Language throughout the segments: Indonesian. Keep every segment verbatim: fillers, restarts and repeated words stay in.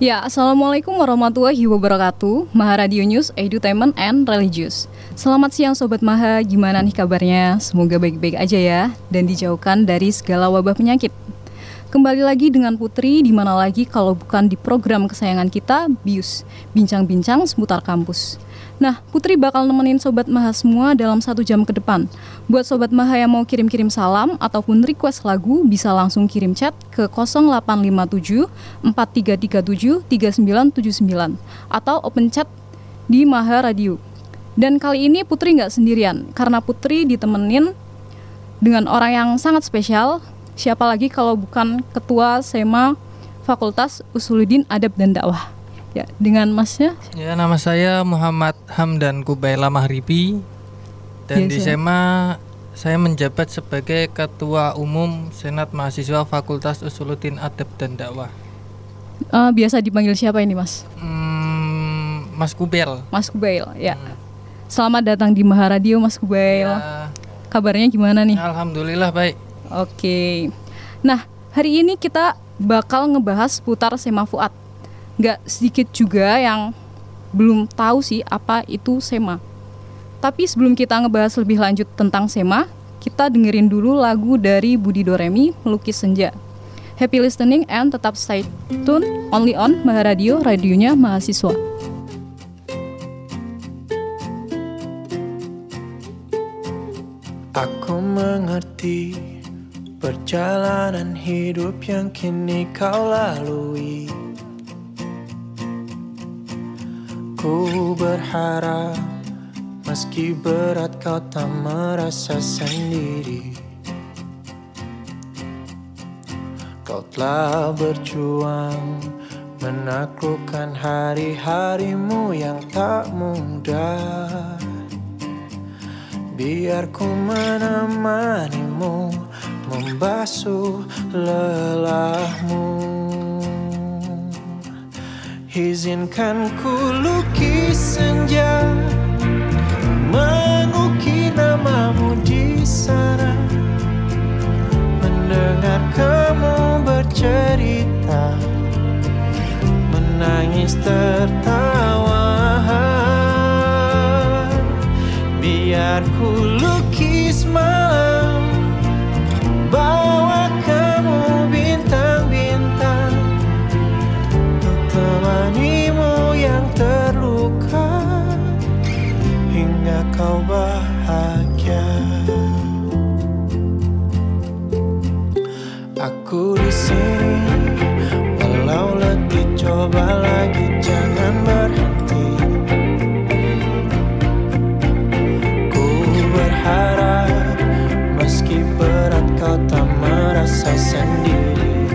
Ya, Assalamualaikum warahmatullahi wabarakatuh. Maha Radio News, Edutainment and Religious. Selamat siang Sobat Maha, gimana nih kabarnya? Semoga baik-baik aja ya, dan dijauhkan dari segala wabah penyakit. Kembali lagi dengan Putri, di mana lagi kalau bukan di program kesayangan kita, BIUS, Bincang-Bincang Seputar Kampus. Nah, Putri bakal nemenin Sobat Maha semua dalam satu jam ke depan. Buat Sobat Maha yang mau kirim-kirim salam ataupun request lagu, bisa langsung kirim chat ke nol delapan lima tujuh empat tiga tiga tujuh tiga sembilan tujuh sembilan atau open chat di Maha Radio. Dan kali ini Putri nggak sendirian, karena Putri ditemenin dengan orang yang sangat spesial. Siapa lagi kalau bukan Ketua SEMA Fakultas Usuluddin Adab dan Dakwah. Ya, dengan masnya? Ya, nama saya Muhammad Hamdan Kubaila Mahribi. Dan yes, di SEMA saya menjabat sebagai Ketua Umum Senat Mahasiswa Fakultas Usuluddin Adab dan Dakwah. Uh, biasa dipanggil siapa ini, Mas? Hmm, Mas Kubail. Mas Kubail, ya. Hmm. Selamat datang di Maha Radio, Mas Kubail. Ya. Kabarnya gimana nih? Alhamdulillah baik. Oke. Nah, hari ini kita bakal ngebahas seputar SEMA Fuad. Nggak sedikit juga yang belum tahu sih apa itu SEMA. Tapi sebelum kita ngebahas lebih lanjut tentang SEMA, kita dengerin dulu lagu dari Budi Doremi, Melukis Senja. Happy listening and tetap stay tune only on Maha Radio, radionya mahasiswa. Aku mengerti perjalanan hidup yang kini kau lalui. Ku berharap meski berat kau tak merasa sendiri. Kau telah berjuang menaklukkan hari-harimu yang tak mudah. Biar ku menemanimu, membasuh lelahmu. Izinkan ku lukis senja, mengukir namamu di sana, mendengar kamu bercerita, menangis tertawa. Biar ku lukis malam, bawa kamu bintang-bintang, untuk temanimu yang terluka, hingga kau bahagia. Aku di sini, walau letih coba lagi, jangan berhenti. Ku berharap meski berat kau tak merasa sendiri.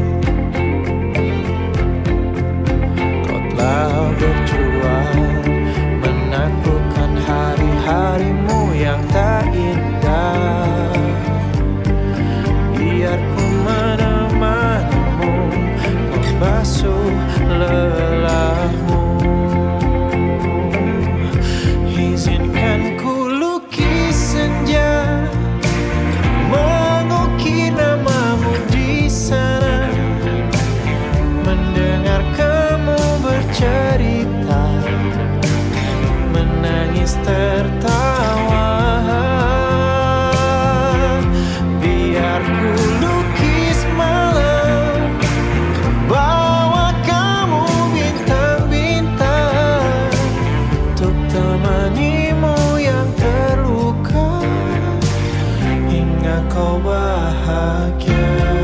Kau telah berjuang menaklukkan hari-harimu yang tak indah. Biar ku menemanimu, membasuh lelahmu. Izinkan ku lukis senja, mengukir namamu di sana, mendengar kamu bercerita, menangis tertawa. Biar ku lukis malam, bawa kamu bintang-bintang, untuk temanimu yang terluka, hingga kau bahagia.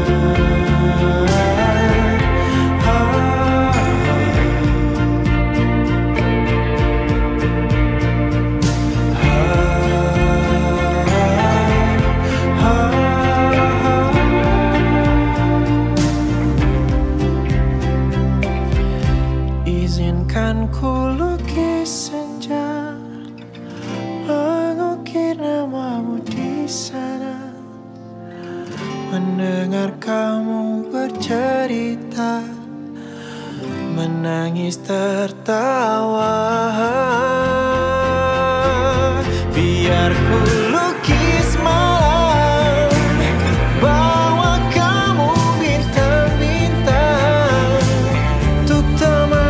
Izinkan ku lukis senja, mengukir namamu di sana, mendengar kamu bercerita, menangis tertawa. Biar ku lukis malam, bawa kamu bintang-bintang, untuk teman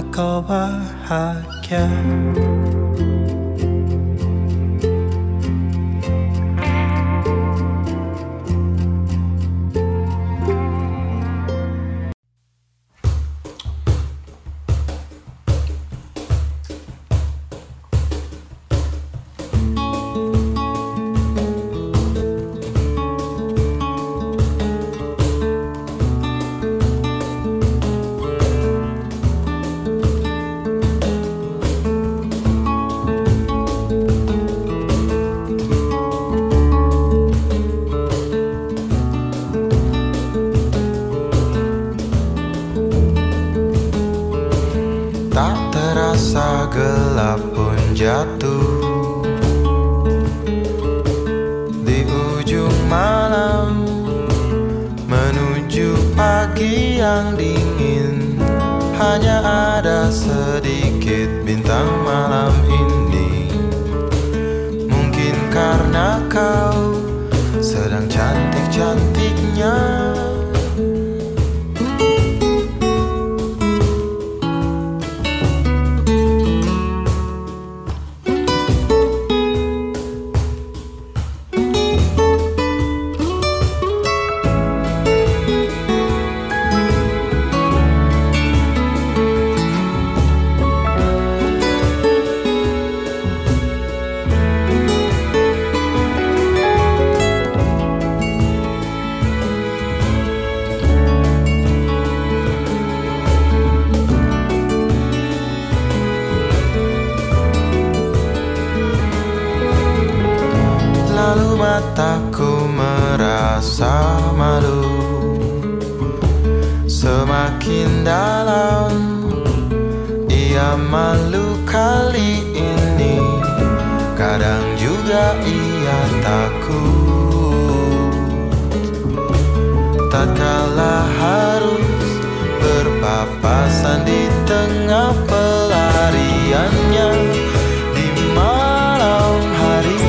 karena kau bahagia. Tak terasa gelap pun jatuh di ujung malam menuju pagi yang dingin. Hanya ada sedikit bintang malam ini. Mungkin karena kau sedang cantik-cantiknya. Lalu mataku merasa malu, semakin dalam ia malu kali ini. Kadang juga ia takut, tatkala harus berpapasan di tengah pelariannya di malam hari.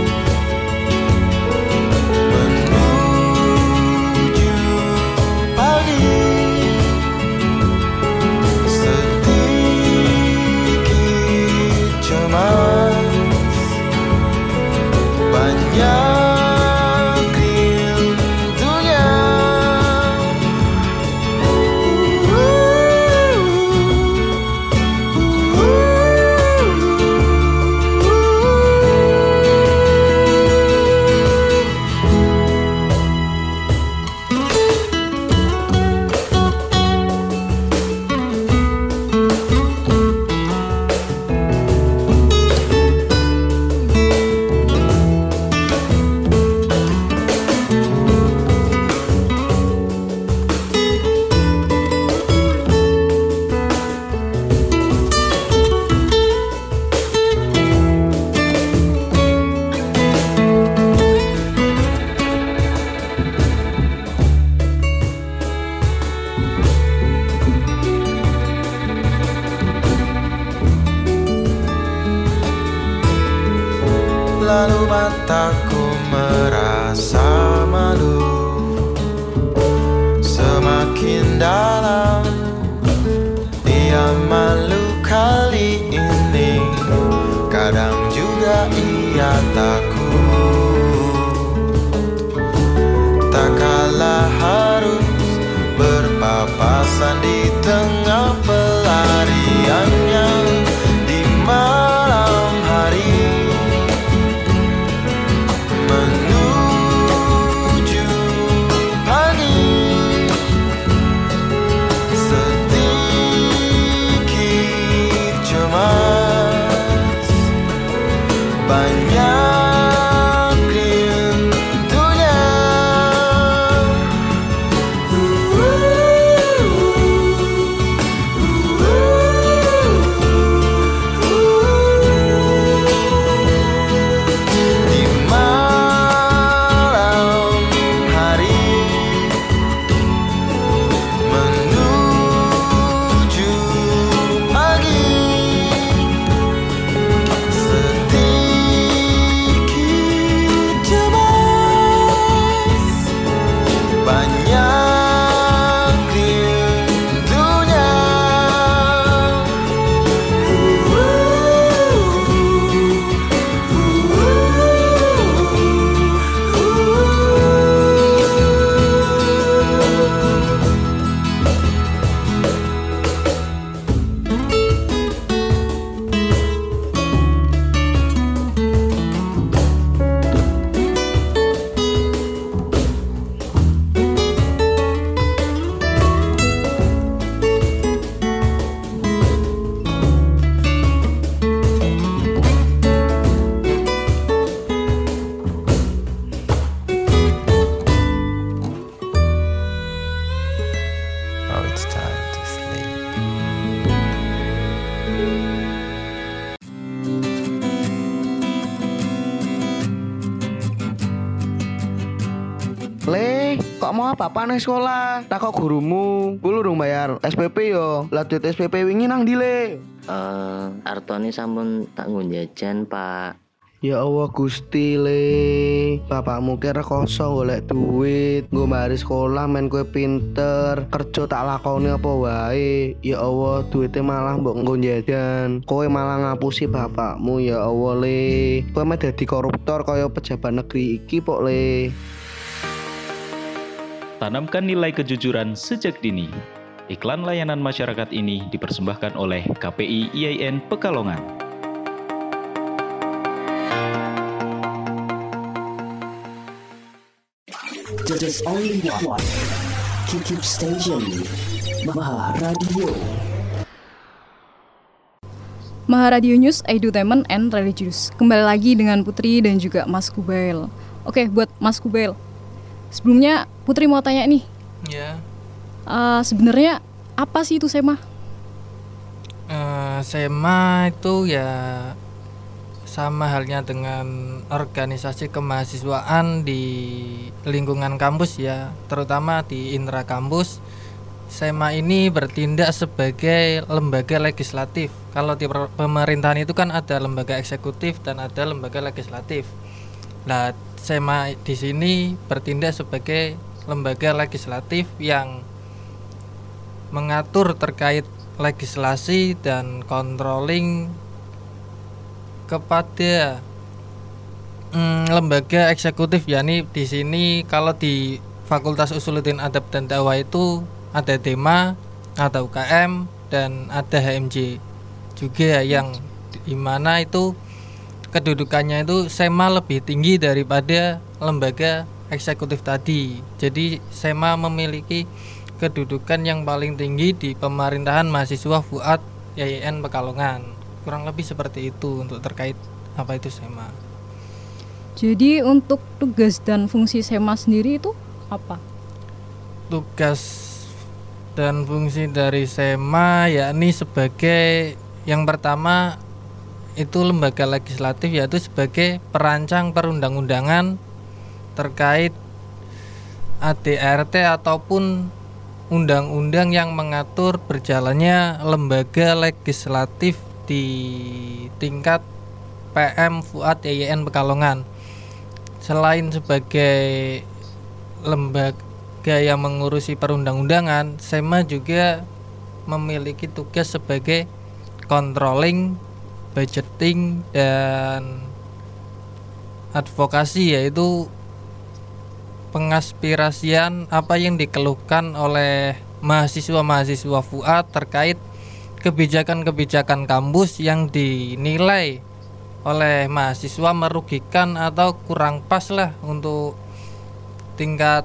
Lalu mataku merasa malu, semakin dalam ia malu kali ini. Kadang juga ia takut, tak kalah harus berpapasan di tengah pelariannya di malam hari. Banyak rindunya. Uh, uh, uh, uh. Kok mau apa-apa nang sekolah? Takok gurumu. Kulo urung bayar S P P yo. Lah duit S P P wingi nang ndi le? Eh, Artone sampun tak nggon jajan, Pak. Ya Allah Gusti le, bapakmu kira kosong golek duit, nggo mari sekolah men kowe pinter, kerja tak lakoni apa wae. Ya Allah duitnya malah mbok nggo jajan, kowe malah ngapusi bapakmu. Ya Allah le, kowe meh dadi koruptor kaya pejabat negeri iki pok le. Tanamkan nilai kejujuran sejak dini. Iklan layanan masyarakat ini dipersembahkan oleh K P I I A I N Pekalongan. There's only one Keep Station Maha Radio. Maha Radio News, Edutainment and Religious. Kembali lagi dengan Putri dan juga Mas Kubail. Oke, buat Mas Kubail, sebelumnya Putri mau tanya nih. Ya. Uh, sebenarnya apa sih itu SEMA? Uh, SEMA itu ya sama halnya dengan organisasi kemahasiswaan di lingkungan kampus ya, terutama di intra kampus. SEMA ini bertindak sebagai lembaga legislatif. Kalau di pemerintahan itu kan ada lembaga eksekutif dan ada lembaga legislatif. Nah, SEMA di sini bertindak sebagai lembaga legislatif yang mengatur terkait legislasi dan controlling kepada mm, lembaga eksekutif, yakni di sini kalau di Fakultas Usuluddin Adab dan Dakwah itu ada D E M A, ada U K M dan ada H M J juga, yang dimana itu kedudukannya itu SEMA lebih tinggi daripada lembaga eksekutif tadi. Jadi SEMA memiliki kedudukan yang paling tinggi di pemerintahan mahasiswa Fuad Y A I N Pekalongan. Kurang lebih seperti itu untuk terkait apa itu SEMA. Jadi untuk tugas dan fungsi SEMA sendiri itu apa? Tugas dan fungsi dari SEMA yakni sebagai yang pertama itu lembaga legislatif, yaitu sebagai perancang perundang-undangan terkait A D A R T ataupun undang-undang yang mengatur berjalannya lembaga legislatif di tingkat P M Fuad Y A I N Pekalongan. Selain sebagai lembaga yang mengurusi perundang-undangan, SEMA juga memiliki tugas sebagai controlling, budgeting, dan advokasi, yaitu pengaspirasian apa yang dikeluhkan oleh mahasiswa-mahasiswa Fuad terkait kebijakan-kebijakan kampus yang dinilai oleh mahasiswa merugikan atau kurang pas lah untuk tingkat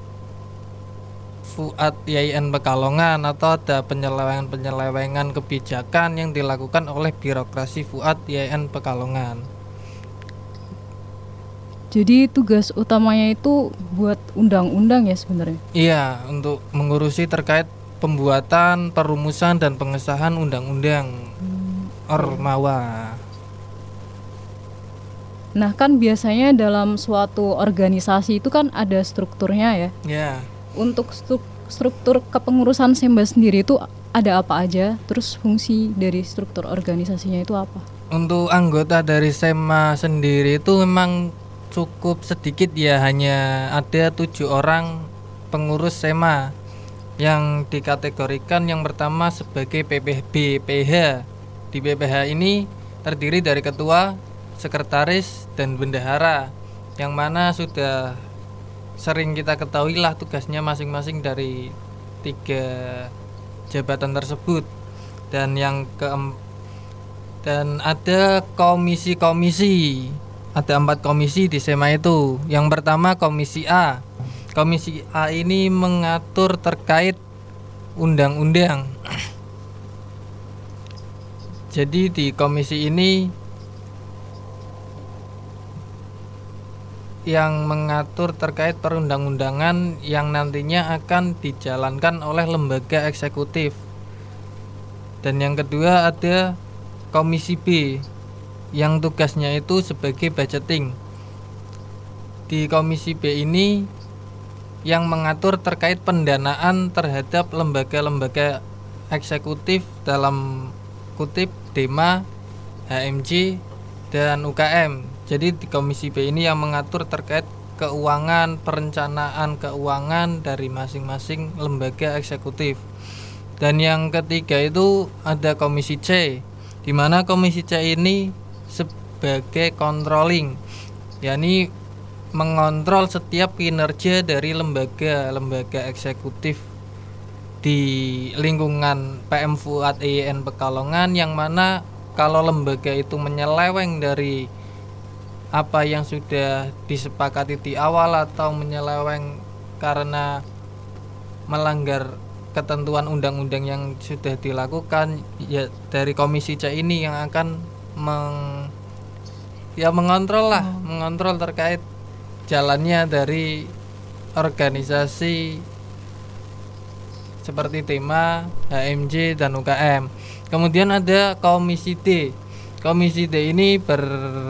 Fuad Y A I N Pekalongan, atau ada penyelewengan-penyelewengan kebijakan yang dilakukan oleh birokrasi Fuad Y A I N Pekalongan. Jadi tugas utamanya itu buat undang-undang ya sebenarnya? Iya, untuk mengurusi terkait pembuatan, perumusan, dan pengesahan undang-undang hmm. Ormawa. Nah kan biasanya dalam suatu organisasi itu kan ada strukturnya ya. Ya. Untuk stru- struktur kepengurusan SEMA sendiri itu ada apa aja? Terus fungsi dari struktur organisasinya itu apa? Untuk anggota dari SEMA sendiri itu memang cukup sedikit ya, hanya ada tujuh orang pengurus SEMA yang dikategorikan yang pertama sebagai P P H. Di P P H ini terdiri dari ketua, sekretaris, dan bendahara, yang mana sudah sering kita ketahui lah tugasnya masing-masing dari tiga jabatan tersebut. Dan yang ke dan ada komisi-komisi, ada empat komisi di SEMA itu. Yang pertama Komisi A. Komisi A ini mengatur terkait undang-undang. Jadi di komisi ini yang mengatur terkait perundang-undangan yang nantinya akan dijalankan oleh lembaga eksekutif. Dan yang kedua ada Komisi B yang tugasnya itu sebagai budgeting. Di Komisi B ini yang mengatur terkait pendanaan terhadap lembaga-lembaga eksekutif dalam kutip D E M A, H M J, dan U K M. Jadi di Komisi B ini yang mengatur terkait keuangan, perencanaan keuangan dari masing-masing lembaga eksekutif. Dan yang ketiga itu ada Komisi C, di mana Komisi C ini sebagai controlling, yakni mengontrol setiap kinerja dari lembaga-lembaga eksekutif di lingkungan P M Fuad I Y N Pekalongan, yang mana kalau lembaga itu menyeleweng dari apa yang sudah disepakati di awal atau menyeleweng karena melanggar ketentuan undang-undang yang sudah dilakukan, ya dari Komisi C ini yang akan meng, ya mengontrol lah, oh. mengontrol terkait jalannya dari organisasi seperti D E M A, H M J, dan U K M. Kemudian ada Komisi D. Komisi D ini ber,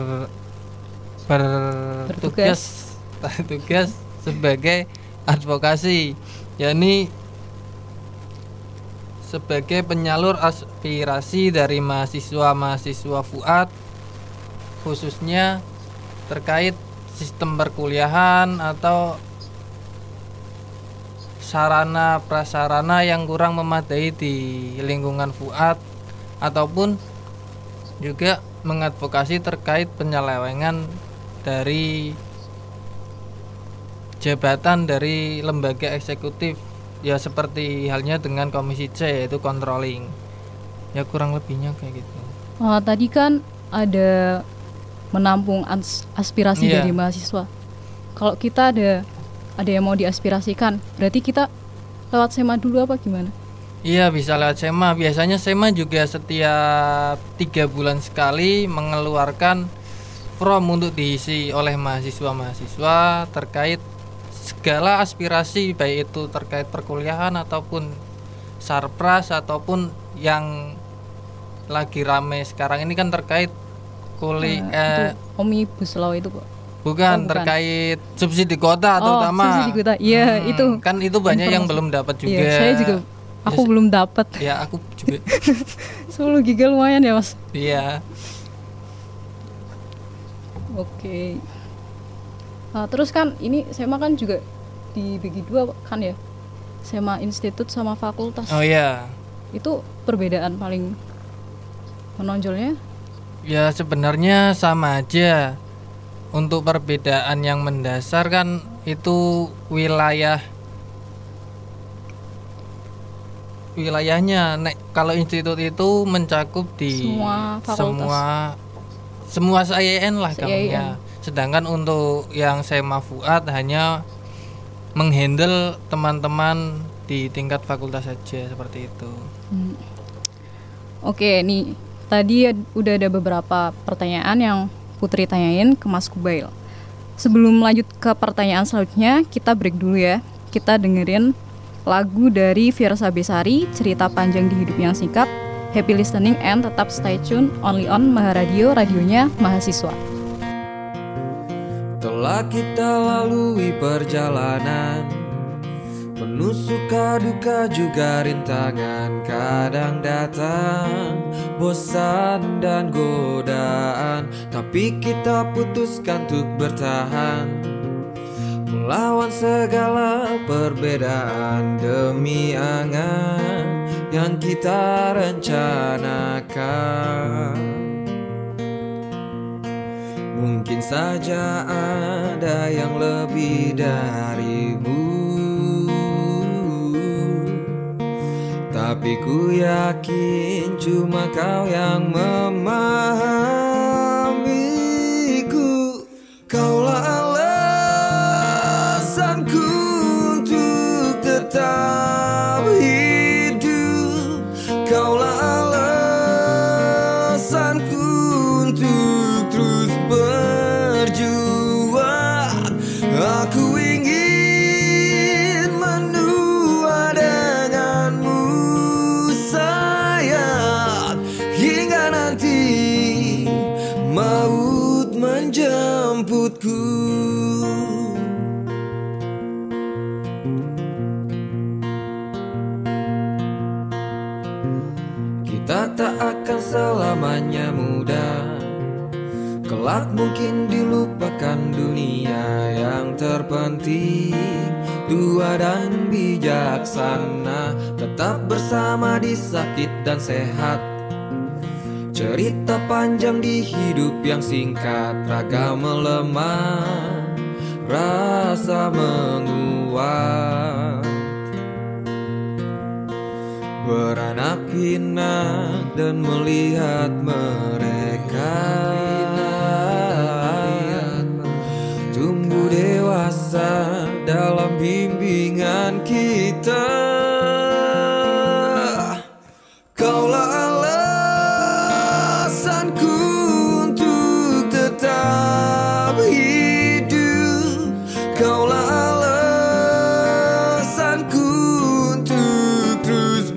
bertugas bertugas sebagai advokasi, yakni sebagai penyalur aspirasi dari mahasiswa-mahasiswa Fuad, khususnya terkait sistem perkuliahan atau sarana prasarana yang kurang memadai di lingkungan Fuad, ataupun juga mengadvokasi terkait penyelewengan dari jabatan dari lembaga eksekutif, ya seperti halnya dengan Komisi C, yaitu controlling. Ya kurang lebihnya kayak gitu. Oh, tadi kan ada menampung as- aspirasi yeah. dari mahasiswa. Kalau kita ada ada yang mau diaspirasikan, berarti kita lewat SEMA dulu apa gimana? Iya, bisa lewat SEMA. Biasanya SEMA juga setiap tiga bulan sekali mengeluarkan form untuk diisi oleh mahasiswa-mahasiswa terkait segala aspirasi, baik itu terkait perkuliahan ataupun sarpras, ataupun yang lagi rame sekarang ini kan terkait kuli nah, eh, omnibus law itu, Pak. Bukan, oh, bukan terkait subsidi kota terutama. Oh, subsidi kota. Iya, hmm, itu. Kan itu banyak informasi yang belum dapat juga. Iya, saya juga aku ya, belum dapat. Ya, aku juga. sepuluh giga lumayan ya, Mas. Iya. Oke. Nah, terus kan ini SEMA kan juga dibagi dua kan ya? SEMA institut sama fakultas. Oh iya. Itu perbedaan paling menonjolnya? Ya sebenarnya sama aja. Untuk perbedaan yang mendasar kan itu wilayah wilayahnya. Nek kalau institut itu mencakup di semua fakultas, semua semua S I A N lah kamunya. Sedangkan untuk yang SEMA Fuad hanya menghandle teman-teman di tingkat fakultas saja, seperti itu. Hmm. Oke, nih tadi udah ada beberapa pertanyaan yang Putri tanyain ke Mas Kubail. Sebelum lanjut ke pertanyaan selanjutnya, kita break dulu ya. Kita dengerin lagu dari Fiersa Besari, Cerita Panjang di Hidup Yang Singkat. Happy listening and tetap stay tune only on Maha Radio, radionya mahasiswa. Telah kita lalui perjalanan penuh suka duka juga rintangan, kadang datang bosan dan godaan, tapi kita putuskan untuk bertahan, melawan segala perbedaan demi angan yang kita rencanakan. Mungkin saja ada yang lebih darimu, tapi ku yakin cuma kau yang memahamiku. Kaulah alasanku untuk tetap hidup. Kaulah alasanku untuk terus berjuang. Aku ingin menua denganmu sayang, hingga nanti Kita tak akan selamanya muda, kelak mungkin dilupakan dunia. Yang terpenting dua dan bijaksana, tetap bersama di sakit dan sehat. Cerita panjang di hidup yang singkat, raga melemah, rasa menguat. Beranak pinak dan melihat mereka tumbuh dewasa dalam bimbingan kita. Kaulah alasanku untuk tetap hidup, kaulah alasanku untuk terus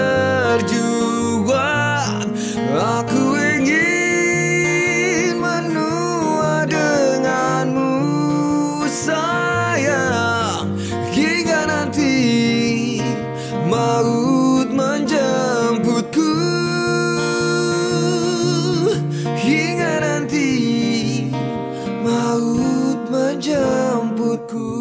berjuang. Aku ingin menua denganmu sayang, hingga nanti maut menjemputku, hingga nanti maut menjemputku.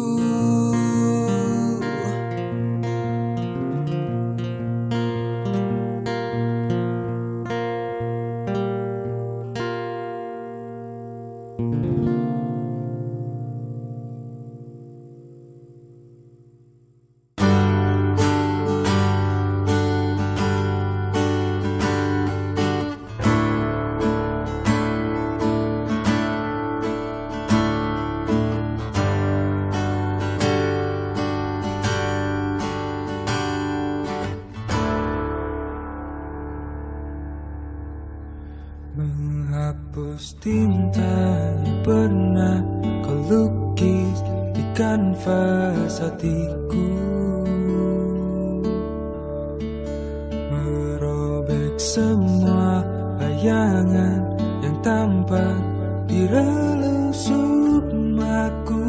Menghapus tinta yang pernah kau lukis di kanvas hatiku, merobek semua bayangan yang tampak di relung sukmaku.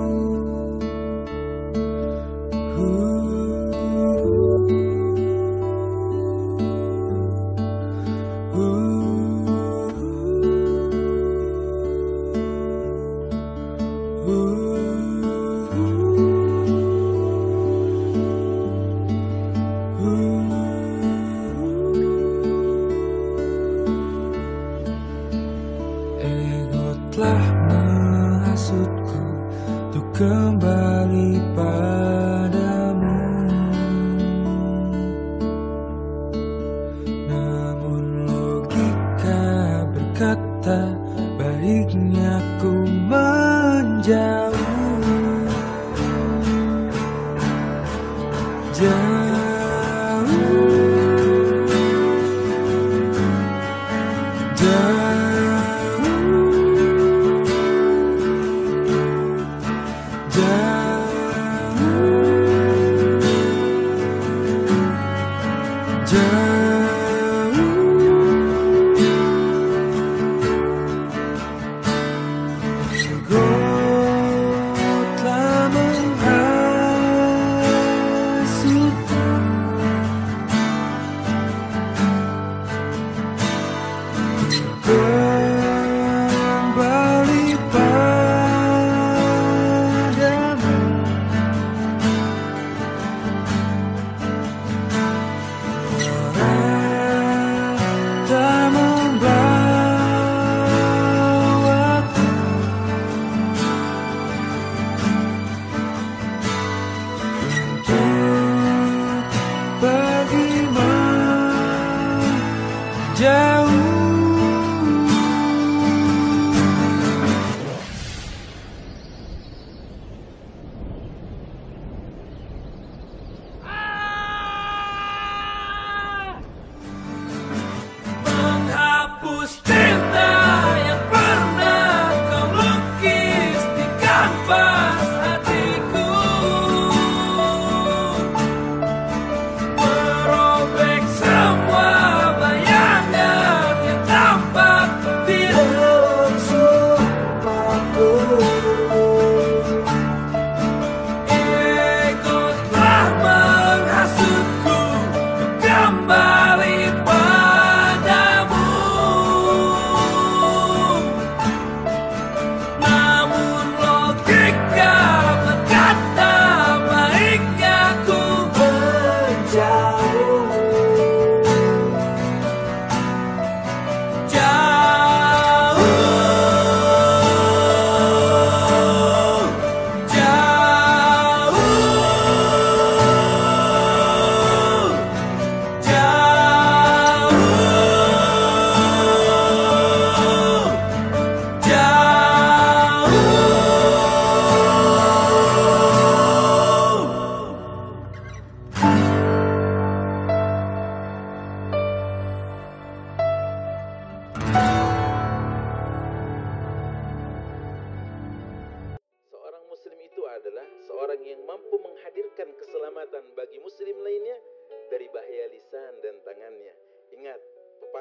Telah menghasutku untuk kembali padamu, namun logika berkata baiknya ku menjauh. Jauh, jauh, Ego telah menghasutku kembali.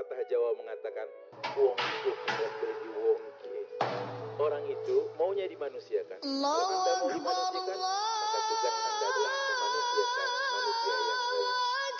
pepatah Jawa mengatakan wong itu kabeh diwongke. Orang itu maunya dimanusiakan. Kalau Anda mau dimanusiakan, maka tugas Anda adalah memanusiakan manusia yang lain.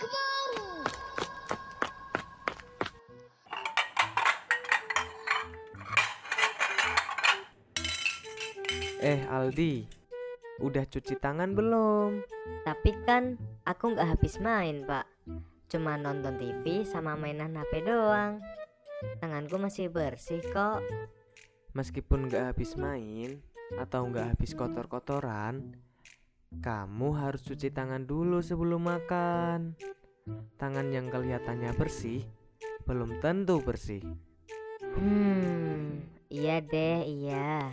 Eh Aldi, udah cuci tangan belum? Tapi kan aku nggak habis main pak, cuma nonton T V sama mainan H P doang. Tanganku masih bersih kok. Meskipun nggak habis main atau nggak habis kotor-kotoran, kamu harus cuci tangan dulu sebelum makan. Tangan yang kelihatannya bersih belum tentu bersih. Hmm, iya deh, iya.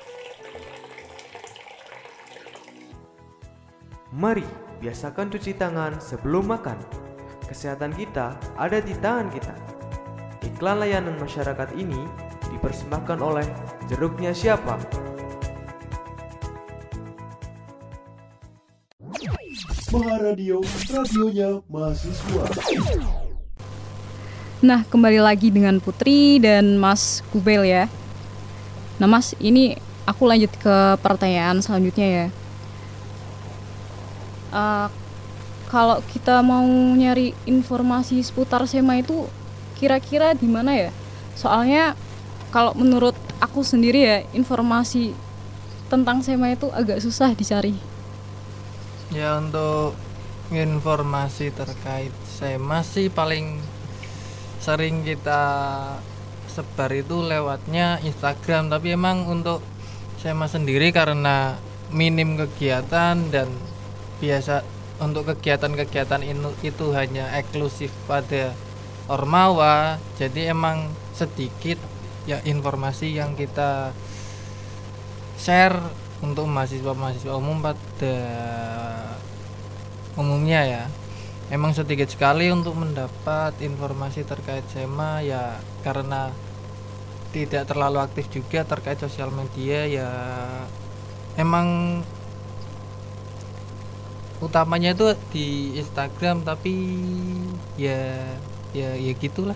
Mari biasakan cuci tangan sebelum makan. Kesehatan kita ada di tangan kita. Iklan layanan masyarakat ini dipersembahkan oleh Jeruknya Siapa? Maha Radio, radionya mahasiswa. Nah, kembali lagi dengan Putri dan Mas Kubail ya. Nah Mas, ini aku lanjut ke pertanyaan selanjutnya ya. Uh, kalau kita mau nyari informasi seputar SEMA itu kira-kira di mana ya? Soalnya kalau menurut aku sendiri ya, informasi tentang SEMA itu agak susah dicari. Ya, untuk informasi terkait SEMA sih paling sering kita sebar itu lewatnya Instagram. Tapi emang untuk SEMA sendiri karena minim kegiatan dan biasa untuk kegiatan-kegiatan itu hanya eksklusif pada Ormawa, jadi emang sedikit ya informasi yang kita share untuk mahasiswa-mahasiswa umum pada umumnya ya. Emang sedikit sekali untuk mendapat informasi terkait SEMA ya, karena tidak terlalu aktif juga terkait sosial media ya. Emang utamanya itu di Instagram, tapi ya ya ya gitulah.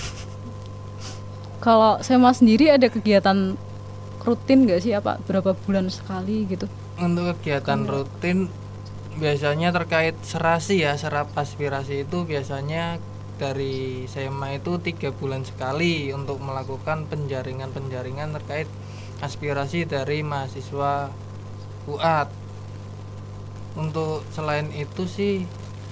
Kalau SEMA sendiri ada kegiatan rutin nggak sih, apa berapa bulan sekali gitu? Untuk kegiatan hmm. rutin biasanya terkait serasi ya, serap aspirasi itu biasanya dari SEMA itu tiga bulan sekali untuk melakukan penjaringan-penjaringan terkait aspirasi dari mahasiswa U A D. Untuk selain itu sih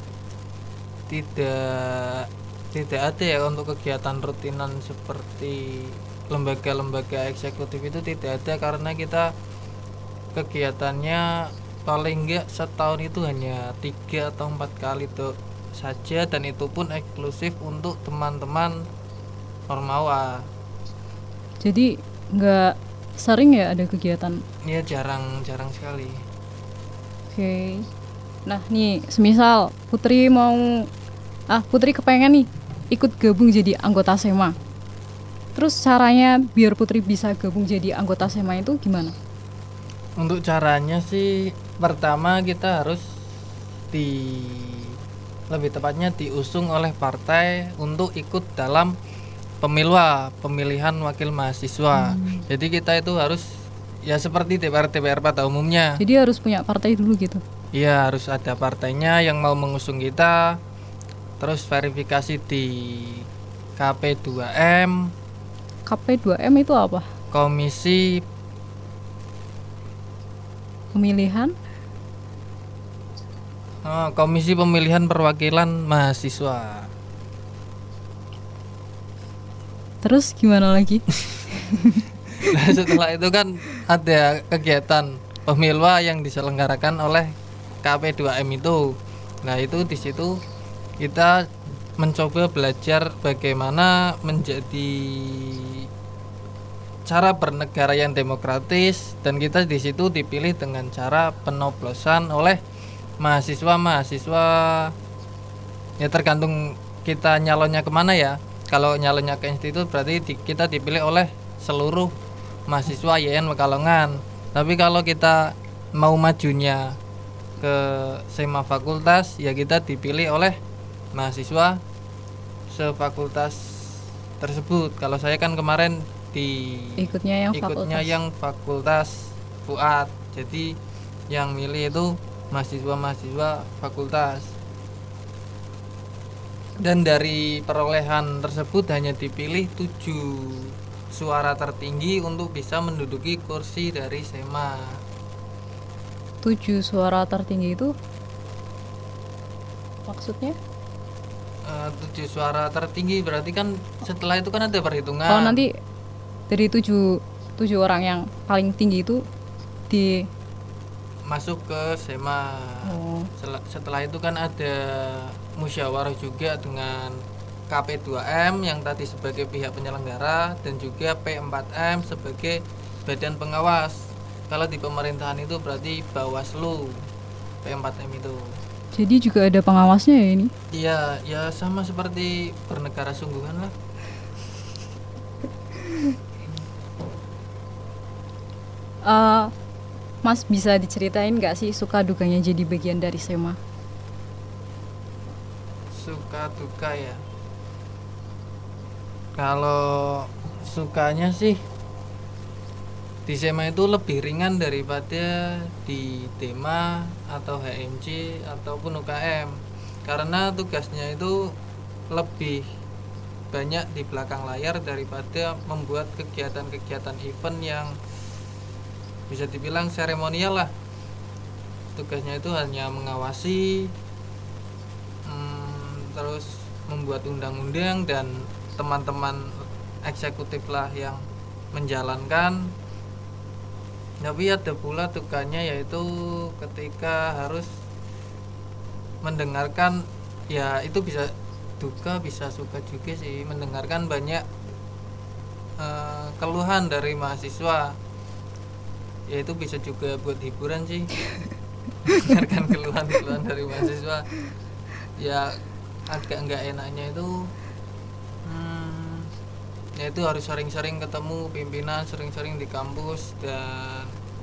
tidak tidak ada ya untuk kegiatan rutinan seperti lembaga-lembaga eksekutif itu tidak ada, karena kita kegiatannya paling enggak setahun itu hanya tiga atau empat kali itu saja, dan itu pun eksklusif untuk teman-teman Ormawa. Jadi nggak sering ya ada kegiatan? Iya, jarang jarang sekali. Oke, nah nih semisal Putri mau, ah Putri kepengen nih ikut gabung jadi anggota SEMA. Terus caranya biar Putri bisa gabung jadi anggota SEMA itu gimana? Untuk caranya sih pertama kita harus di, lebih tepatnya diusung oleh partai untuk ikut dalam pemilwa, pemilihan wakil mahasiswa. Hmm. Jadi kita itu harus ya seperti D P R D P R pada umumnya. Jadi harus punya partai dulu gitu? Iya, harus ada partainya yang mau mengusung kita. Terus verifikasi di K P dua M. K P dua M itu apa? Komisi Pemilihan? Oh, Komisi Pemilihan Perwakilan Mahasiswa. Terus gimana lagi? Nah, setelah itu kan ada kegiatan pemilwa yang diselenggarakan oleh K P dua M itu. Nah, itu di situ kita mencoba belajar bagaimana menjadi cara bernegara yang demokratis, dan kita di situ dipilih dengan cara penoblosan oleh mahasiswa-mahasiswa. Ya tergantung kita nyalonnya kemana ya. Kalau nyalonnya ke institut berarti di, kita dipilih oleh seluruh mahasiswa Y I N Pekalongan. Tapi kalau kita mau majunya ke SEMA fakultas, ya kita dipilih oleh mahasiswa sefakultas tersebut. Kalau saya kan kemarin di ikutnya yang ikutnya fakultas. yang fakultas Fuad. Jadi yang milih itu mahasiswa-mahasiswa fakultas. Dan dari perolehan tersebut hanya dipilih tujuh suara tertinggi untuk bisa menduduki kursi dari SEMA. Tujuh suara tertinggi itu maksudnya? Uh, tujuh suara tertinggi berarti kan setelah itu kan ada perhitungan. Oh, nanti dari tujuh tujuh orang yang paling tinggi itu di masuk ke SEMA. Oh. Setelah, setelah itu kan ada musyawarah juga dengan K P dua M yang tadi sebagai pihak penyelenggara dan juga P empat M sebagai badan pengawas. Kalau di pemerintahan itu berarti Bawaslu, P empat M itu. Jadi juga ada pengawasnya ya ini? Iya, ya sama seperti bernegara sungguhan lah. uh, Mas bisa diceritain nggak sih suka dukanya jadi bagian dari SEMA? Suka duka ya. Kalau sukanya sih di SEMA itu lebih ringan daripada di Dema atau H M C ataupun U K M, karena tugasnya itu lebih banyak di belakang layar daripada membuat kegiatan-kegiatan event yang bisa dibilang seremonial lah. Tugasnya itu hanya mengawasi, hmm, terus membuat undang-undang dan teman-teman eksekutif lah yang menjalankan. Tapi ada pula dukanya yaitu ketika harus mendengarkan, ya itu bisa duka bisa suka juga sih, mendengarkan banyak uh, keluhan dari mahasiswa. Ya itu bisa juga buat hiburan sih. Mendengarkan keluhan-keluhan dari mahasiswa. Ya agak enggak enaknya itu hmm, ya itu harus sering-sering ketemu pimpinan, sering-sering di kampus, dan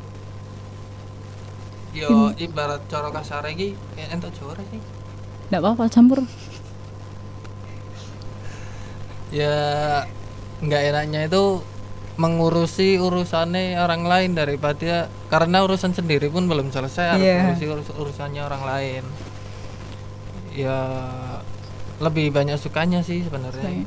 yo hmm. ibarat cara kasar iki entuk jore sih. Enggak apa-apa, campur. Ya enggak enaknya itu mengurusi urusannya orang lain daripada, karena urusan sendiri pun belum selesai, harus yeah. ngurusi urus, urusannya orang lain. Ya lebih banyak sukanya sih sebenarnya.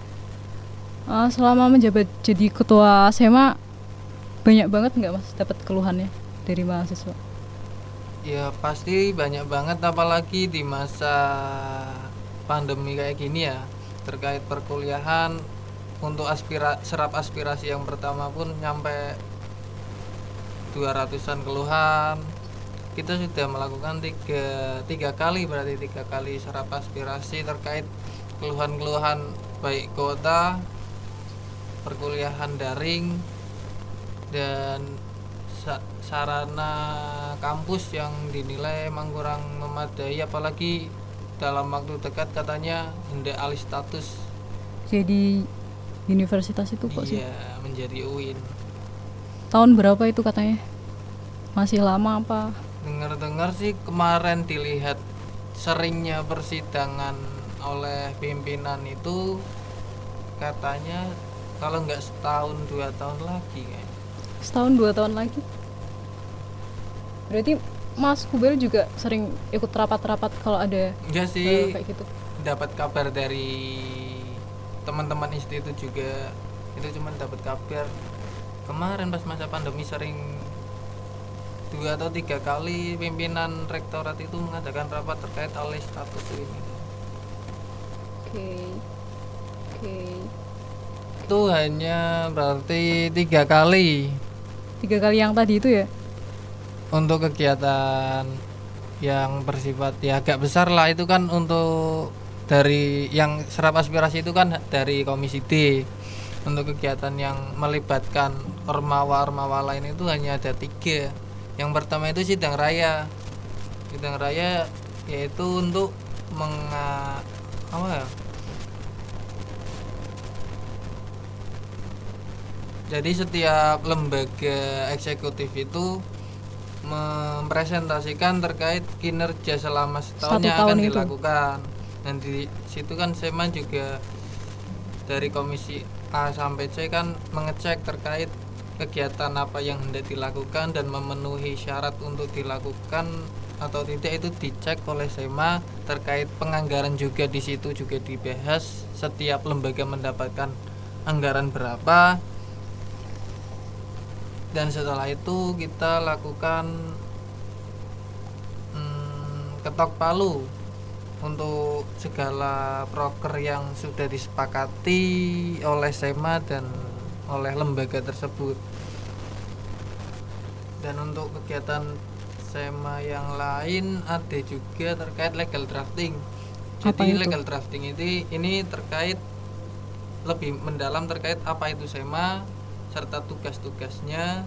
Uh, selama menjabat jadi ketua SEMA banyak banget nggak Mas dapat keluhannya dari mahasiswa? Ya pasti banyak banget, apalagi di masa pandemi kayak gini ya, terkait perkuliahan. Untuk aspira, serap aspirasi yang pertama pun nyampe dua ratusan keluhan. Kita sudah melakukan tiga, tiga kali berarti tiga kali serap aspirasi terkait keluhan-keluhan baik kuota, perkuliahan daring, dan sa- sarana kampus yang dinilai emang kurang memadai, apalagi dalam waktu dekat katanya hendak alih status jadi universitas itu kok sih? Iya, menjadi U I N. Tahun berapa itu katanya? Masih lama apa? Dengar-dengar sih kemarin dilihat seringnya persidangan oleh pimpinan itu katanya kalau nggak setahun dua tahun lagi kayak. Setahun dua tahun lagi? Berarti Mas Kubel juga sering ikut rapat-rapat kalau ada enggak sih, kayak gitu? Dapat kabar dari teman-teman institut juga, itu cuma dapat kabar kemarin pas masa pandemi sering dua atau tiga kali pimpinan rektorat itu mengadakan rapat terkait alih status ini. Oke, okay. oke. Okay. Itu hanya berarti tiga kali. Tiga kali yang tadi itu ya? Untuk kegiatan yang bersifat ya agak besar lah, itu kan untuk dari yang serap aspirasi itu kan dari Komisi D. Untuk kegiatan yang melibatkan ormawa-ormawa lain itu hanya ada tiga. Yang pertama itu sidang raya. Sidang raya yaitu untuk menga apa ya? Jadi setiap lembaga eksekutif itu mempresentasikan terkait kinerja selama setahun yang akan dilakukan. Dan di situ kan SEMA juga dari komisi A sampai C kan mengecek terkait kegiatan apa yang hendak dilakukan dan memenuhi syarat untuk dilakukan atau tidak, itu dicek oleh SEMA. Terkait penganggaran juga di situ juga dibahas, setiap lembaga mendapatkan anggaran berapa, dan setelah itu kita lakukan hmm, ketok palu untuk segala proker yang sudah disepakati oleh SEMA dan oleh lembaga tersebut. Dan untuk kegiatan SEMA yang lain ada juga terkait legal drafting. Jadi legal drafting ini ini terkait lebih mendalam terkait apa itu SEMA serta tugas-tugasnya.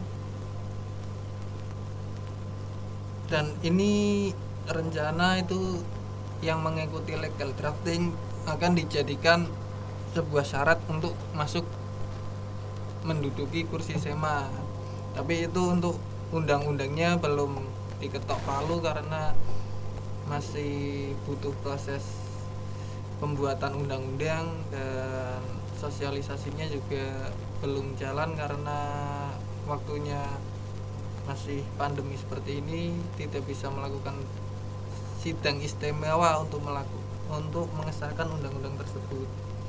Dan ini rencana itu yang mengikuti legal drafting akan dijadikan sebuah syarat untuk masuk menduduki kursi SEMA. Tapi itu untuk undang-undangnya belum diketok palu karena masih butuh proses pembuatan undang-undang, dan sosialisasinya juga belum jalan karena waktunya masih pandemi seperti ini, tidak bisa melakukan sidang istimewa untuk melakukan untuk mengesahkan undang-undang tersebut.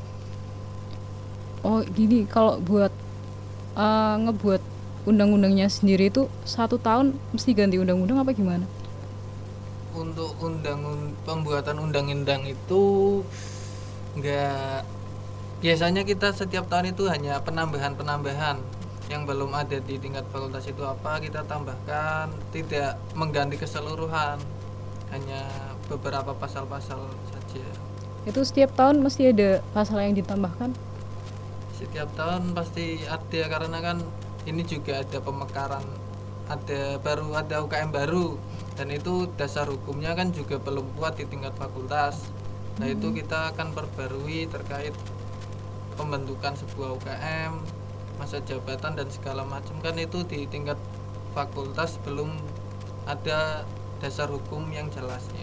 Oh gini, kalau buat uh, ngebuat undang-undangnya sendiri itu satu tahun mesti ganti undang-undang apa gimana? Untuk undang pembuatan undang-undang itu enggak, biasanya kita setiap tahun itu hanya penambahan-penambahan yang belum ada di tingkat fakultas itu apa kita tambahkan, tidak mengganti keseluruhan, hanya beberapa pasal-pasal saja. Itu setiap tahun mesti ada pasal yang ditambahkan? Setiap tahun pasti ada, karena kan ini juga ada pemekaran, ada baru ada U K M baru, dan itu dasar hukumnya kan juga belum kuat di tingkat fakultas. Nah, hmm. itu kita akan perbarui terkait pembentukan sebuah U K M, masa jabatan dan segala macam, kan itu di tingkat fakultas belum ada dasar hukum yang jelasnya.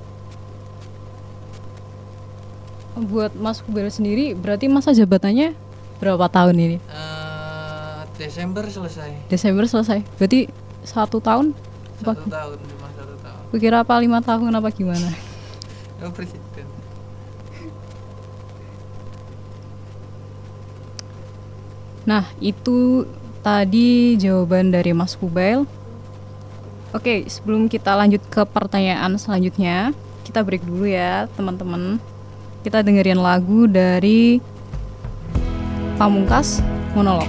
Buat Mas Kubail sendiri berarti masa jabatannya berapa tahun ini? Uh, Desember selesai. Desember selesai. Berarti satu tahun? Satu apa? tahun, cuma satu tahun. Kukira apa lima tahun apa gimana? Oh, presiden. Nah, itu tadi jawaban dari Mas Kubail. Oke, sebelum kita lanjut ke pertanyaan selanjutnya, kita break dulu ya, teman-teman. Kita dengerin lagu dari Pamungkas, Monolog.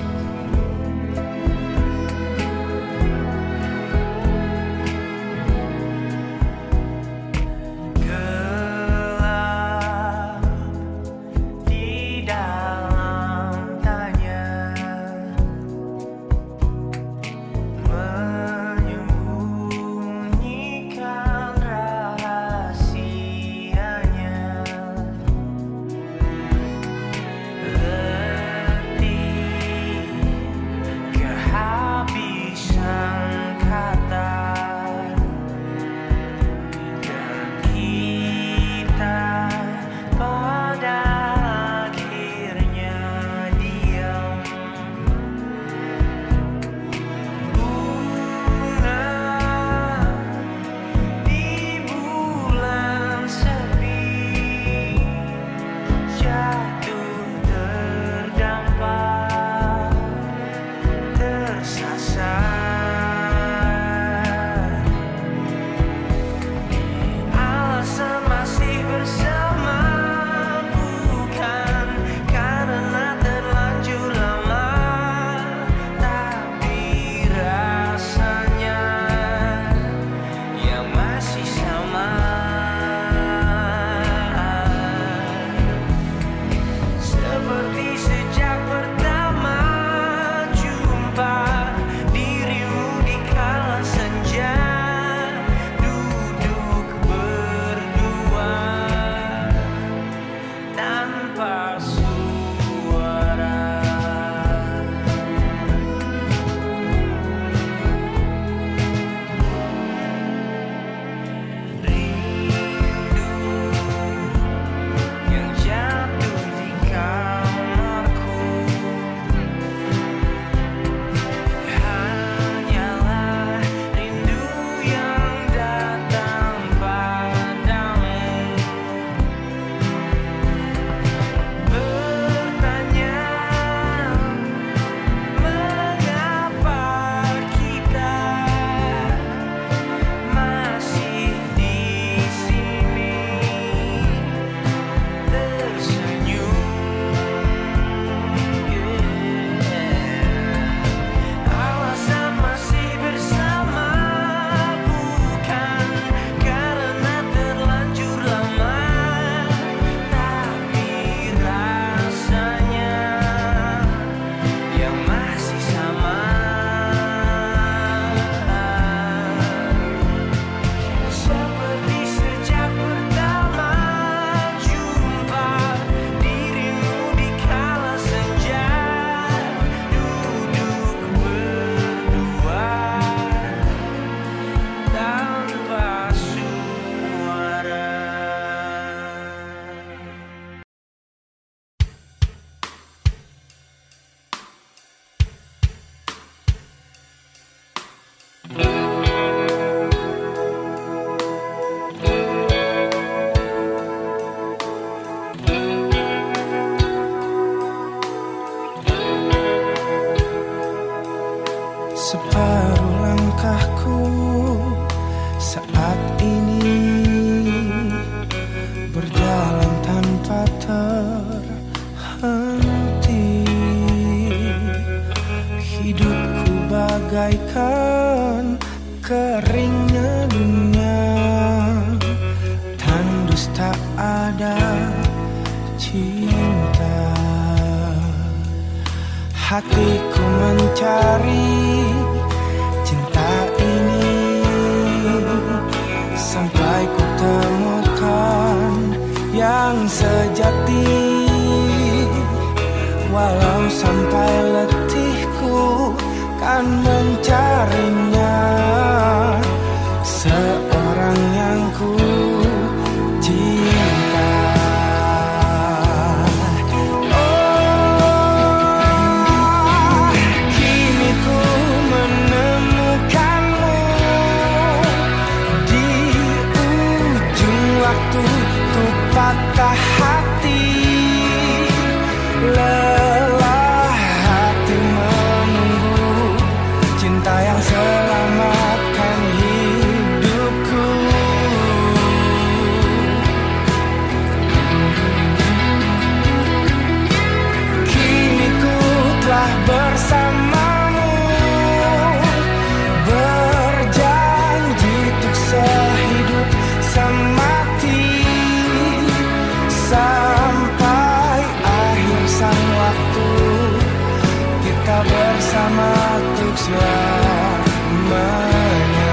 Letih henti. Hidupku bagaikan keringnya dunia, tandus tak ada cinta. Hatiku mencari cinta ini sampai ku temukan yang sejati. Walau sampai letihku kan mencarinya, seorang yang ku cinta. Oh, kini ku menemukanmu di ujung waktu, ku patah hati. Lelah hati menunggu cinta yang selamatkan hidupku. Kini ku telah bersamamu, berjanji untuk sehidup semati, sampai akhir sang waktu, kita bersama untuk selamanya.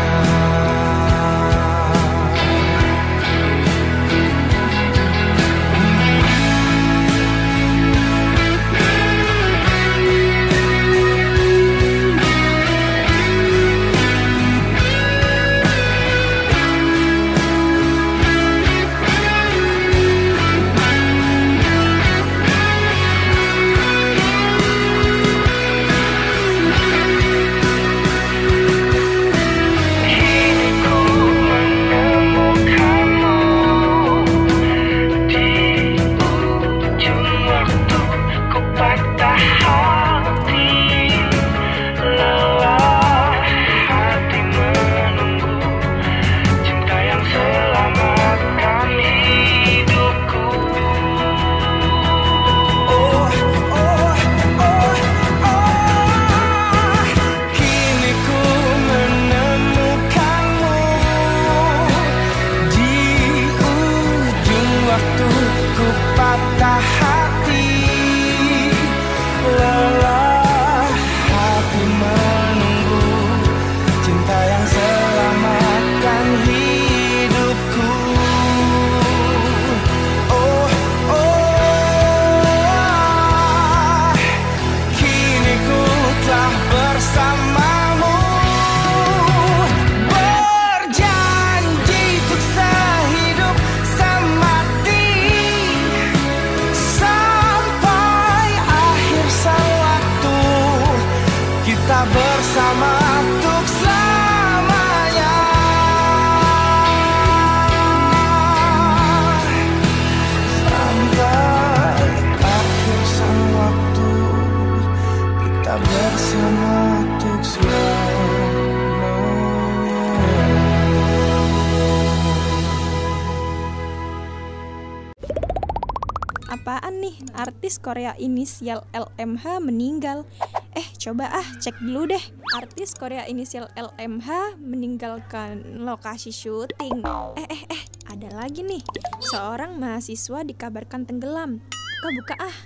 Apaan nih, artis Korea inisial L M H meninggal? Eh, coba ah, cek dulu deh. Artis Korea inisial L M H meninggalkan lokasi syuting. Eh, eh, eh, ada lagi nih. Seorang mahasiswa dikabarkan tenggelam. Buka-buka ah.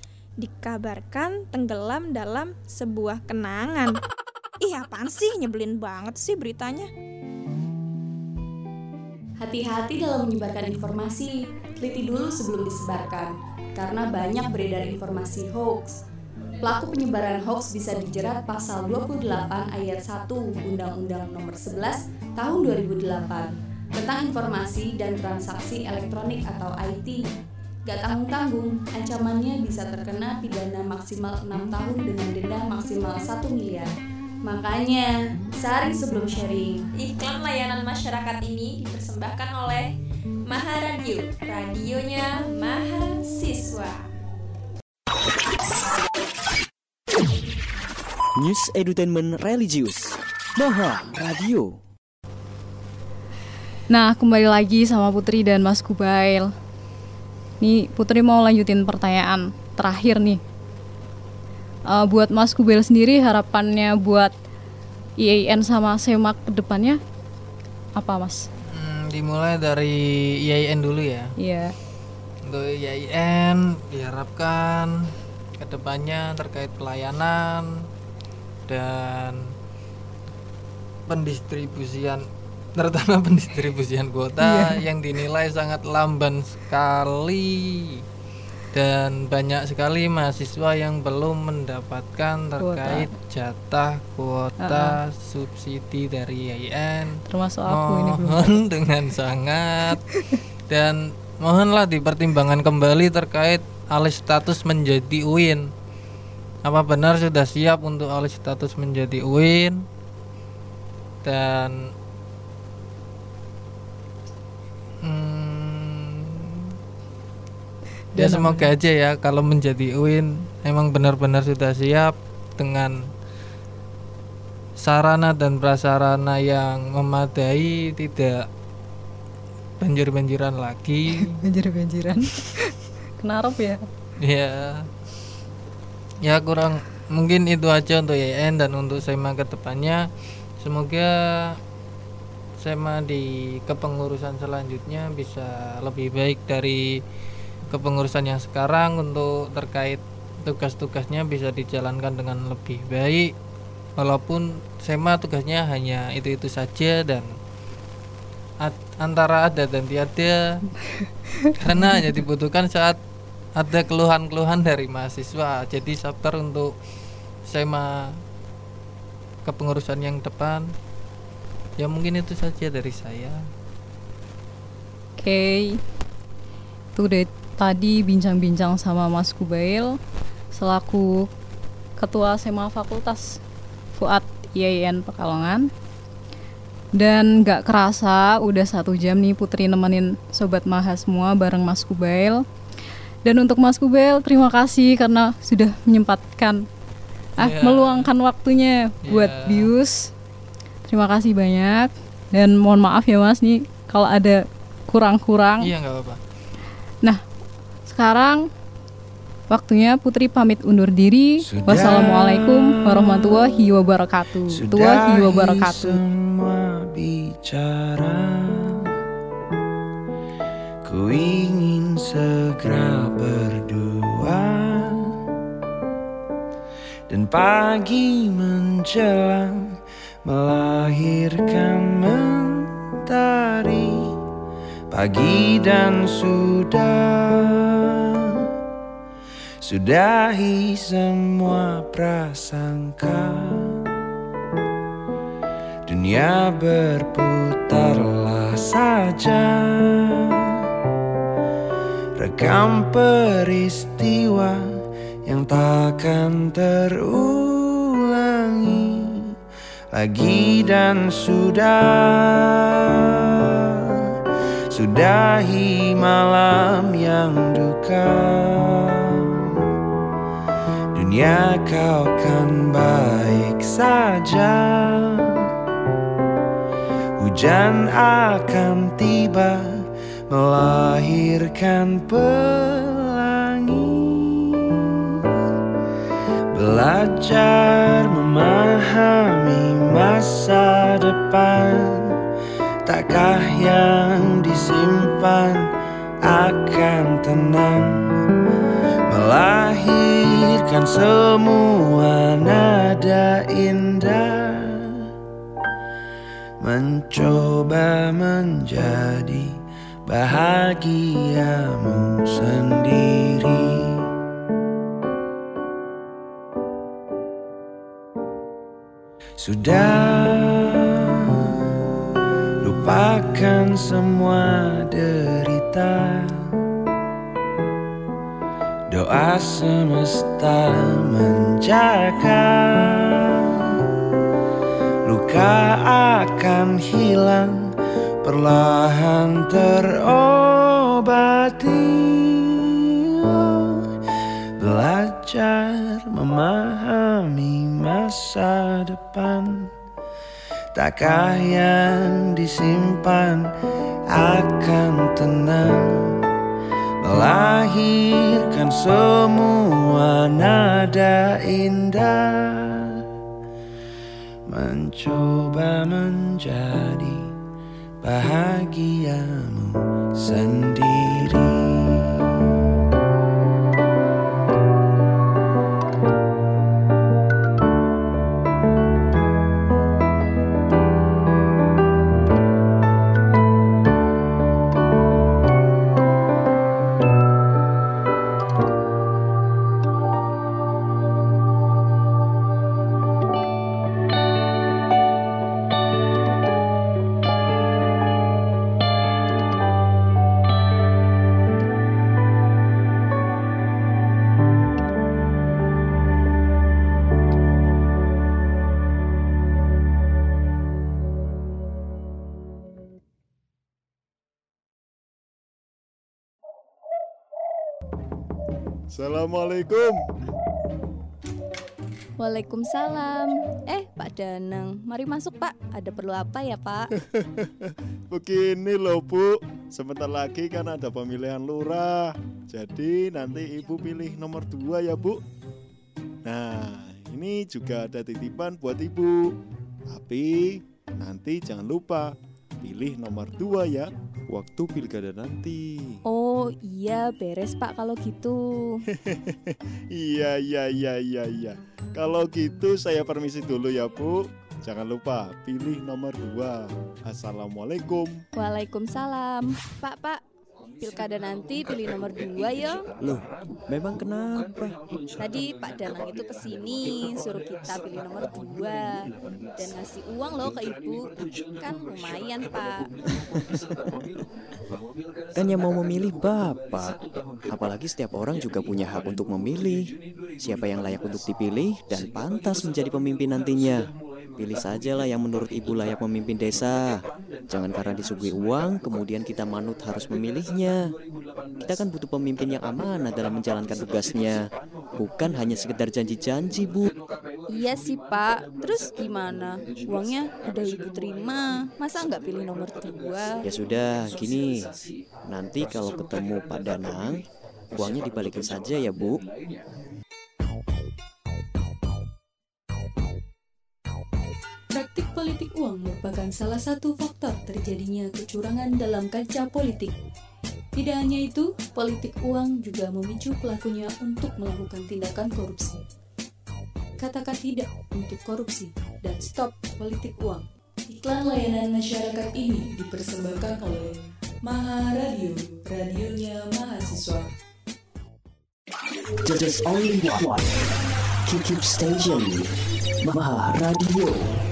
Dikabarkan tenggelam dalam sebuah kenangan. Ih, apaan sih? Nyebelin banget sih beritanya. Hati-hati dalam menyebarkan informasi, teliti dulu sebelum disebarkan, karena banyak beredar informasi hoax. Pelaku penyebaran hoax bisa dijerat pasal dua puluh delapan ayat satu Undang-Undang Nomor sebelas Tahun dua ribu delapan tentang informasi dan transaksi elektronik atau I T. Gak tanggung-tanggung, ancamannya bisa terkena pidana maksimal enam tahun dengan denda maksimal satu miliar. Makanya, saring sebelum sharing. Iklan layanan masyarakat ini dipersembahkan oleh Maha Radio, radionya mahasiswa. News Edutainment Religius, Maha Radio. Nah, kembali lagi sama Putri dan Mas Kubail. Nih, Putri mau lanjutin pertanyaan terakhir nih, uh, buat Mas Kubail sendiri harapannya buat I A I N sama SEMA ke depannya apa, Mas? Hmm, dimulai dari I A I N dulu ya. Iya. Untuk I A I N diharapkan ke depannya terkait pelayanan dan pendistribusian, terutama pendistribusian kuota Iya. yang dinilai sangat lamban sekali dan banyak sekali mahasiswa yang belum mendapatkan terkait jatah kuota Uh-uh. subsidi dari I A I N. Termasuk aku ini belum Mohon dengan sangat dan mohonlah dipertimbangkan kembali terkait alih status menjadi U I N. Apa benar sudah siap untuk alih status menjadi U I N? Dan hmm, ya semoga aja ya kalau menjadi U I N emang benar-benar sudah siap dengan sarana dan prasarana yang memadai, tidak banjir-banjiran lagi. Banjir-banjiran. Kenarop ya? Ya, ya kurang mungkin itu aja untuk I A I N dan untuk SEMA ke depannya. Semoga SEMA di kepengurusan selanjutnya bisa lebih baik dari kepengurusan yang sekarang untuk terkait tugas-tugasnya bisa dijalankan dengan lebih baik. Walaupun SEMA tugasnya hanya itu-itu saja dan ad- antara ada dan tiada karena hanya dibutuhkan saat ada keluhan-keluhan dari mahasiswa. Jadi sabar untuk SEMA kepengurusan yang depan. Ya mungkin itu saja dari saya. Oke, okay. Itu deh tadi bincang-bincang sama Mas Kubail selaku Ketua SEMA Fakultas Fuad I A I N Pekalongan. Dan gak kerasa udah satu jam nih Putri nemenin Sobat Maha semua bareng Mas Kubail. Dan untuk Mas Kubail terima kasih karena sudah menyempatkan ah yeah. meluangkan waktunya buat yeah. Bius. Terima kasih banyak dan mohon maaf ya Mas nih kalau ada kurang-kurang. Iya nggak apa-apa. Nah sekarang waktunya Putri pamit undur diri. Sudahi Wassalamualaikum warahmatullahi wabarakatuh. Warahmatullahi wabarakatuh. Semua bicara, ku ingin segera berdua. Dan pagi menjelang melahirkan mentari, pagi dan sudah sudahi semua prasangka. Dunia berputarlah saja, rekam peristiwa yang takkan terulangi lagi dan sudah sudahi malam yang duka. Dunia kau kan baik saja, hujan akan tiba melahirkan pelangi. Belajar memahami masa depan, takkah yang disimpan akan tenang, melahirkan semua nada indah, mencoba menjadi bahagiamu sendiri. Sudah lupakan semua derita, doa semesta menjaga. Luka akan hilang, perlahan terobati. Belajar memahami masa depan, takkah yang disimpan akan tenang, melahirkan semua nada indah, mencoba menjadi bahagiamu sendiri. Assalamualaikum. Waalaikumsalam. Eh, Pak Danang, mari masuk Pak. Ada perlu apa ya Pak? Begini loh Bu, sebentar lagi kan ada pemilihan lurah. Jadi nanti Ibu pilih nomor dua ya Bu. Nah, ini juga ada titipan buat Ibu. Tapi nanti jangan lupa pilih nomor dua ya waktu pilkada nanti. Oh iya, beres Pak kalau gitu. Iya iya iya iya iya. Kalau gitu saya permisi dulu ya Bu. Jangan lupa pilih nomor dua. Assalamualaikum. Waalaikumsalam. Pak Pak, pilkada nanti pilih nomor dua ya. Loh, memang kenapa? Tadi Pak Danang itu kesini suruh kita pilih nomor dua dan ngasih uang loh ke Ibu. Kan lumayan Pak. Kan yang mau memilih Bapak. Apalagi setiap orang juga punya hak untuk memilih siapa yang layak untuk dipilih dan pantas menjadi pemimpin nantinya. Pilih sajalah yang menurut Ibu layak memimpin desa. Jangan karena disuguhi uang kemudian kita manut harus memilihnya. Kita kan butuh pemimpin yang amanah dalam menjalankan tugasnya, bukan hanya sekedar janji-janji Bu. Iya sih Pak. Terus gimana? Uangnya udah Ibu terima, masa nggak pilih nomor dua? Ya sudah, gini. Nanti kalau ketemu Pak Danang, uangnya dibalikin saja ya Bu. Praktik politik uang merupakan salah satu faktor terjadinya kecurangan dalam kancah politik. Tidak hanya itu, politik uang juga memicu pelakunya untuk melakukan tindakan korupsi. Katakan tidak untuk korupsi dan stop politik uang. Iklan layanan masyarakat ini dipersembahkan oleh Maha Radio, radionya mahasiswa. There's only one Keep Station Maha Radio.